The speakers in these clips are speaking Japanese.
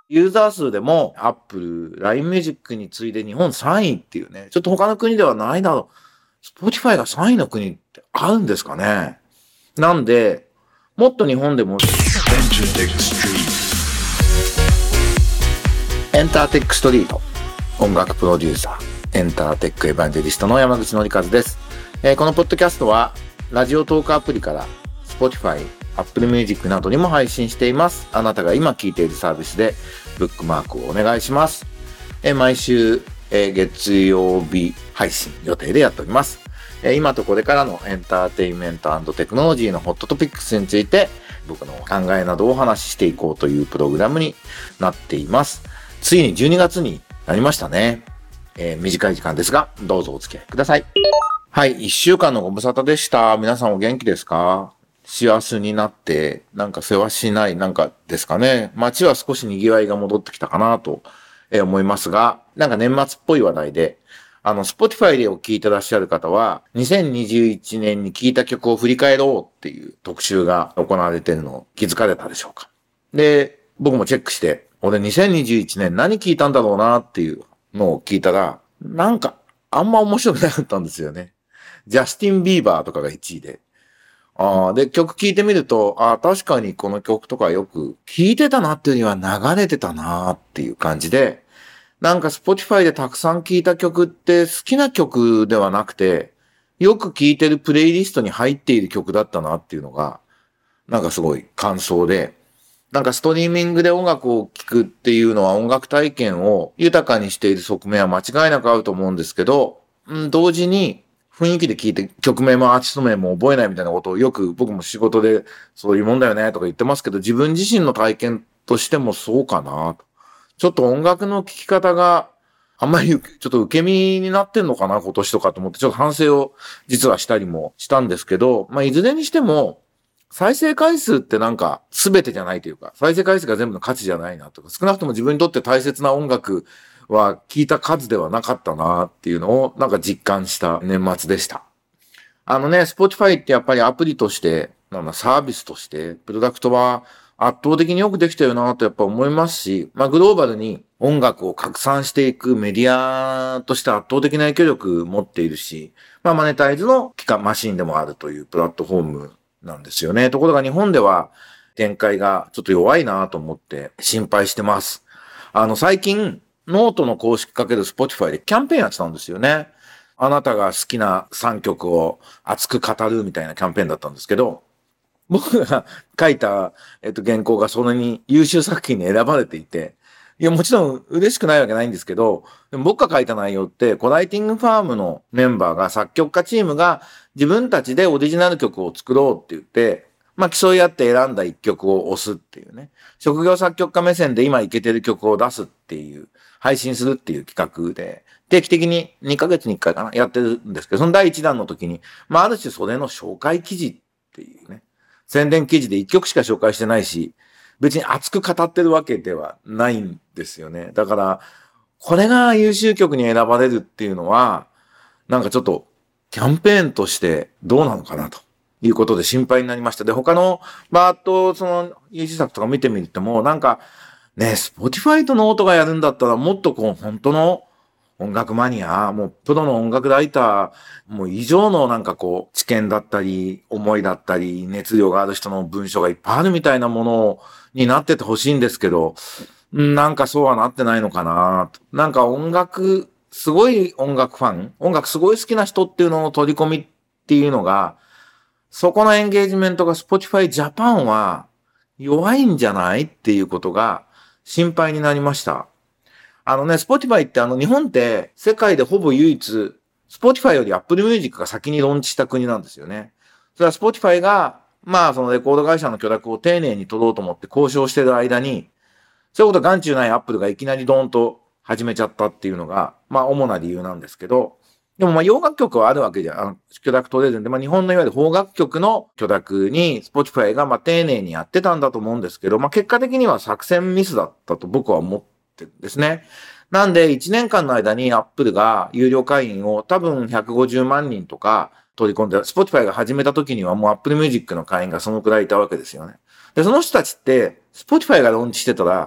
ユーザー数でも Apple、LINE Music に次いで日本3位っていうね、ちょっと他の国ではないだろう。Spotify が3位の国ってあるんですかね。なんで、もっと日本でもエンターテックストリート、音楽プロデューサー、エンターテックエヴァンジェリストの山口のりかずです。このポッドキャストはラジオトークアプリから Spotify、Apple Music などにも配信しています。あなたが今聞いているサービスでブックマークをお願いします。毎週、月曜日配信予定でやっております。今とこれからのエンターテインメント&テクノロジーのホットトピックスについて僕の考えなどをお話ししていこうというプログラムになっています。ついに12月になりましたね。短い時間ですがどうぞお付き合いください。はい、1週間のご無沙汰でした。皆さんお元気ですか？幸せになってなんか世話しないなんかですかね。街は少し賑わいが戻ってきたかなと思いますが、なんか年末っぽい話題でSpotify でお聴いてらっしゃる方は、2021年に聴いた曲を振り返ろうっていう特集が行われているのを気づかれたでしょうか。で、僕もチェックして、俺2021年何聴いたんだろうなっていうのを聞いたら、なんかあんま面白くなかったんですよね。ジャスティン・ビーバーとかが1位で。で、曲聴いてみると、確かにこの曲とかよく聴いてたなっていうよりは流れてたなっていう感じで、なんか Spotify でたくさん聴いた曲って好きな曲ではなくて、よく聴いてるプレイリストに入っている曲だったなっていうのが、なんかすごい感想で、なんかストリーミングで音楽を聴くっていうのは音楽体験を豊かにしている側面は間違いなくあると思うんですけど、同時に雰囲気で聴いて曲名もアーティスト名も覚えないみたいなことをよく僕も仕事でそういうもんだよねとか言ってますけど、自分自身の体験としてもそうかなと。ちょっと音楽の聴き方があんまりちょっと受け身になってんのかな今年とかと思ってちょっと反省を実はしたりもしたんですけど、いずれにしても再生回数ってなんか全てじゃないというか、再生回数が全部の価値じゃないなとか、少なくとも自分にとって大切な音楽は聴いた数ではなかったなっていうのをなんか実感した年末でした。Spotify ってやっぱりアプリとして、サービスとして、プロダクトは圧倒的によくできたよなとやっぱ思いますし、グローバルに音楽を拡散していくメディアとして圧倒的な影響力持っているし、マネタイズのマシンでもあるというプラットフォームなんですよね。ところが日本では展開がちょっと弱いなと思って心配してます。最近、ノートの公式かける Spotify でキャンペーンやってたんですよね。あなたが好きな3曲を熱く語るみたいなキャンペーンだったんですけど、僕が書いた、原稿がそれに優秀作品に選ばれていて、いや、もちろん嬉しくないわけないんですけど、でも僕が書いた内容って、コライティングファームのメンバーが作曲家チームが自分たちでオリジナル曲を作ろうって言って、競い合って選んだ一曲を押すっていうね。職業作曲家目線で今イケてる曲を出すっていう、配信するっていう企画で、定期的に2ヶ月に1回かな、やってるんですけど、その第1弾の時に、ある種それの紹介記事っていうね。宣伝記事で1曲しか紹介してないし、別に熱く語ってるわけではないんですよね。だから、これが優秀曲に選ばれるっていうのは、なんかちょっとキャンペーンとしてどうなのかなということで心配になりました。で、他のその優秀作とか見てみても、なんかね、Spotify とノートがやるんだったらもっと本当の音楽マニア、もうプロの音楽ライター、もう以上の知見だったり、思いだったり、熱量がある人の文章がいっぱいあるみたいなものになっててほしいんですけど、なんかそうはなってないのかなと。なんかすごい音楽ファン、音楽すごい好きな人っていうのを取り込みっていうのが、そこのエンゲージメントが Spotify Japan は弱いんじゃないっていうことが心配になりました。Spotify って日本って世界でほぼ唯一、Spotify より Apple Music が先にローンチした国なんですよね。それは Spotify が、そのレコード会社の許諾を丁寧に取ろうと思って交渉してる間に、そういうこと眼中ない Apple がいきなりドーンと始めちゃったっていうのが、主な理由なんですけど、でも洋楽曲はあるわけじゃ、許諾取れるんで、日本のいわゆる邦楽曲の許諾に Spotify が丁寧にやってたんだと思うんですけど、結果的には作戦ミスだったと僕は思ってるんですね。なんで1年間の間に Apple が有料会員を多分150万人とか取り込んで、Spotify が始めた時にはもう Apple Music の会員がそのくらいいたわけですよね。で、その人たちって Spotify がローンチしてたら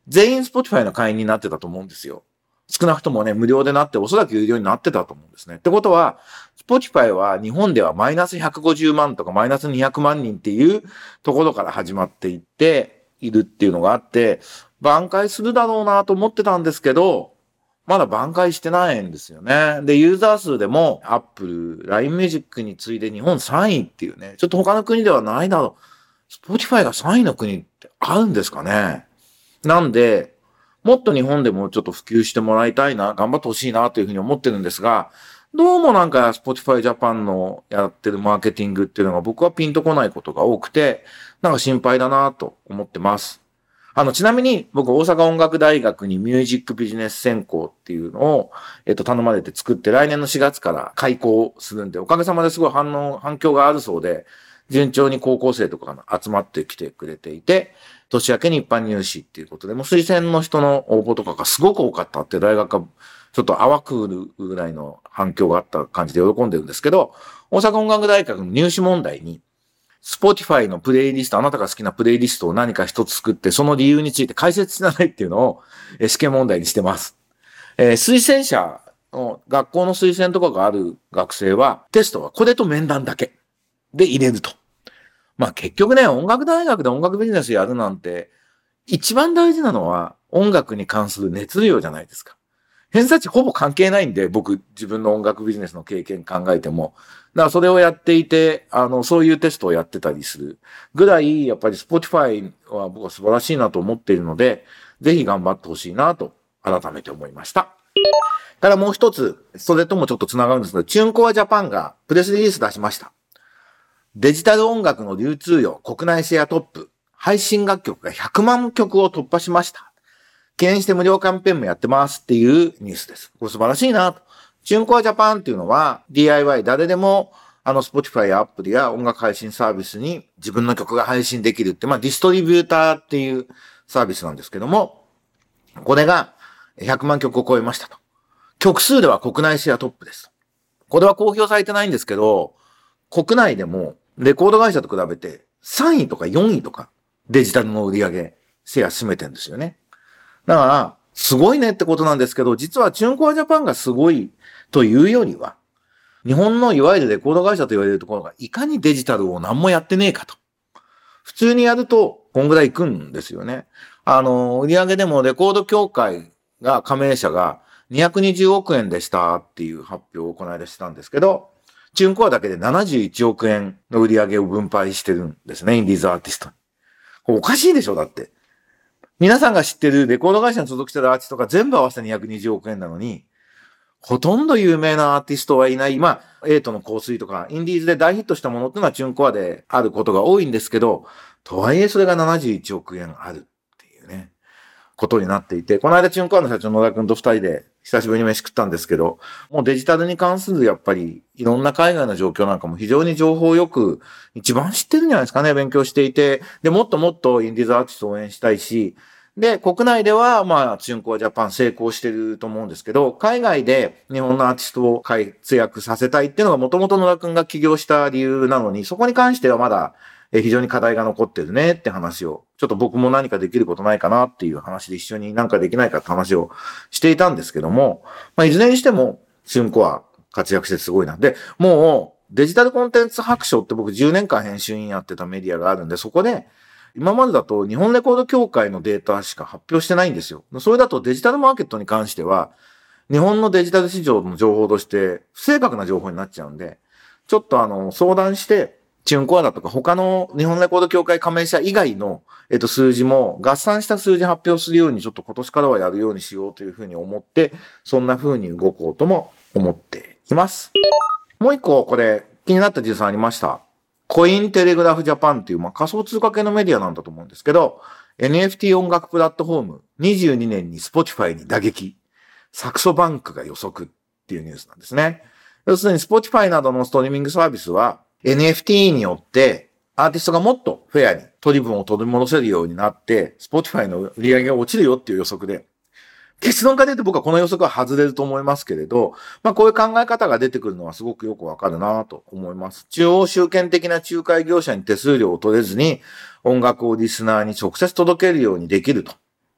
全員 Spotify の会員になってたと思うんですよ。少なくともね、無料でなって、おそらく有料になってたと思うんですね。ってことは、Spotify は日本ではマイナス150万とかマイナス200万人っていうところから始まっていっているっていうのがあって、挽回するだろうなと思ってたんですけど、まだ挽回してないんですよね。で、ユーザー数でも Apple、LINE Music に次いで日本3位っていうね、ちょっと他の国ではないだろう。Spotify が3位の国ってあるんですかね。なんで、もっと日本でもちょっと普及してもらいたいな、頑張ってほしいなというふうに思ってるんですが、どうもなんか Spotify Japan のやってるマーケティングっていうのが僕はピンとこないことが多くて、なんか心配だなと思ってます。ちなみに僕大阪音楽大学にミュージックビジネス専攻っていうのを、頼まれて作って来年の4月から開講するんで、おかげさまですごい反響があるそうで、順調に高校生とかが集まってきてくれていて、年明けに一般入試っていうことで、もう推薦の人の応募とかがすごく多かったって大学がちょっと淡くるぐらいの反響があった感じで喜んでるんですけど、大阪音楽大学の入試問題に、Spotify のプレイリスト、あなたが好きなプレイリストを何か一つ作って、その理由について解説しなさいっていうのを試験問題にしてます。推薦者の学校の推薦とかがある学生は、テストはこれと面談だけで入れると。まあ結局ね、音楽大学で音楽ビジネスやるなんて、一番大事なのは音楽に関する熱量じゃないですか。偏差値ほぼ関係ないんで、僕自分の音楽ビジネスの経験考えても。だからそれをやっていて、そういうテストをやってたりするぐらい、やっぱり Spotify は僕は素晴らしいなと思っているので、ぜひ頑張ってほしいなと改めて思いました。からもう一つ、それともちょっと繋がるんですけど、チューンコアジャパンがプレスリリース出しました。デジタル音楽の流通量、国内シェアトップ、配信楽曲が100万曲を突破しました。記念して無料キャンペーンもやってますっていうニュースです。これ素晴らしいなと。チューンコアジャパンっていうのは DIY 誰でもSpotify や Apple や音楽配信サービスに自分の曲が配信できるって、ディストリビューターっていうサービスなんですけども、これが100万曲を超えましたと。曲数では国内シェアトップです。これは公表されてないんですけど、国内でもレコード会社と比べて3位とか4位とかデジタルの売り上げシェア占めてるんですよね。だから、すごいねってことなんですけど、実はチューンコアジャパンがすごいというよりは、日本のいわゆるレコード会社と言われるところがいかにデジタルを何もやってねえかと。普通にやると、こんぐらいいくんですよね。売り上げでもレコード協会が、加盟者が220億円でしたっていう発表をこの間したんですけど、チューンコアだけで71億円の売り上げを分配してるんですね、インディーズアーティストに。おかしいでしょ、だって。皆さんが知ってるレコード会社に所属してるアーティストが全部合わせて220億円なのに、ほとんど有名なアーティストはいない。エイトの香水とか、インディーズで大ヒットしたものっていうのはチューンコアであることが多いんですけど、とはいえそれが71億円あるっていうね、ことになっていて、この間チューンコアの社長野田くんと二人で久しぶりに飯食ったんですけど、もうデジタルに関するやっぱりいろんな海外の状況なんかも非常に情報をよく一番知ってるんじゃないですかね、勉強していて。で、もっともっとインディーズアーティストを応援したいし、で、国内では、チューンコアジャパン成功してると思うんですけど、海外で日本のアーティストを活躍させたいっていうのが元々野田くんが起業した理由なのに、そこに関してはまだ非常に課題が残ってるねって話を、ちょっと僕も何かできることないかなっていう話で一緒に何かできないかって話をしていたんですけども、いずれにしても、チューンコア活躍してすごいな。で、もうデジタルコンテンツ白書って僕10年間編集員やってたメディアがあるんで、そこで、今までだと日本レコード協会のデータしか発表してないんですよ。それだとデジタルマーケットに関しては、日本のデジタル市場の情報として不正確な情報になっちゃうんで、ちょっと相談して、チューンコアだとか他の日本レコード協会加盟者以外の、数字も合算した数字発表するようにちょっと今年からはやるようにしようというふうに思って、そんな風に動こうとも思っています。もう一個これ気になったニュースありました。コインテレグラフジャパンっていう仮想通貨系のメディアなんだと思うんですけど、NFT 音楽プラットフォーム22年に Spotify に打撃、サクソバンクが予測っていうニュースなんですね。要するに Spotify などのストリーミングサービスは NFT によってアーティストがもっとフェアに取り分を取り戻せるようになって Spotify の売り上げが落ちるよっていう予測で、結論から言うと僕はこの予測は外れると思いますけれど、こういう考え方が出てくるのはすごくよくわかるなと思います。中央集権的な仲介業者に手数料を取れずに音楽をリスナーに直接届けるようにできると。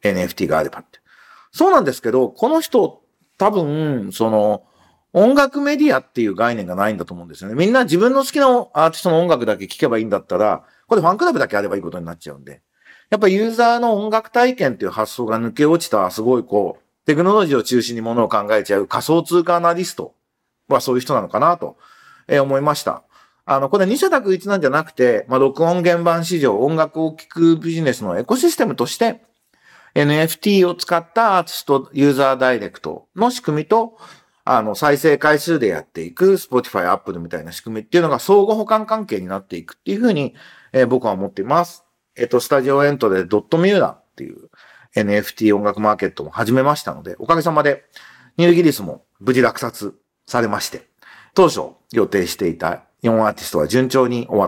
NFT があればって。そうなんですけど、この人、多分、音楽メディアっていう概念がないんだと思うんですよね。みんな自分の好きなアーティストの音楽だけ聴けばいいんだったら、これファンクラブだけあればいいことになっちゃうんで。やっぱユーザーの音楽体験っていう発想が抜け落ちた、すごいテクノロジーを中心にものを考えちゃう仮想通貨アナリストはそういう人なのかなと、思いました。これ二者択一なんじゃなくて、録音原版市場、音楽を聴くビジネスのエコシステムとして、NFT を使ったアーティストユーザーダイレクトの仕組みと、再生回数でやっていく Spotify、Apple みたいな仕組みっていうのが相互補完関係になっていくっていうふうに、僕は思っています。スタジオエントでドットミューラっていう NFT 音楽マーケットも始めましたので、おかげさまでニューギリスも無事落札されまして、当初予定していた4アーティストは順調に終わって、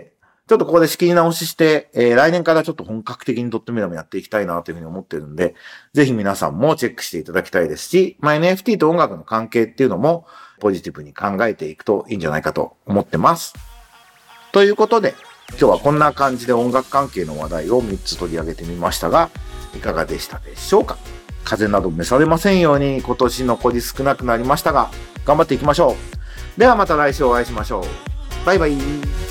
ちょっとここで仕切り直しして、来年からちょっと本格的にドットミューラもやっていきたいなというふうに思ってるんで、ぜひ皆さんもチェックしていただきたいですし、NFT と音楽の関係っていうのもポジティブに考えていくといいんじゃないかと思ってます。ということで、今日はこんな感じで音楽関係の話題を3つ取り上げてみましたが、いかがでしたでしょうか。風邪など召されませんように今年残り少なくなりましたが、頑張っていきましょう。ではまた来週お会いしましょう。バイバイ。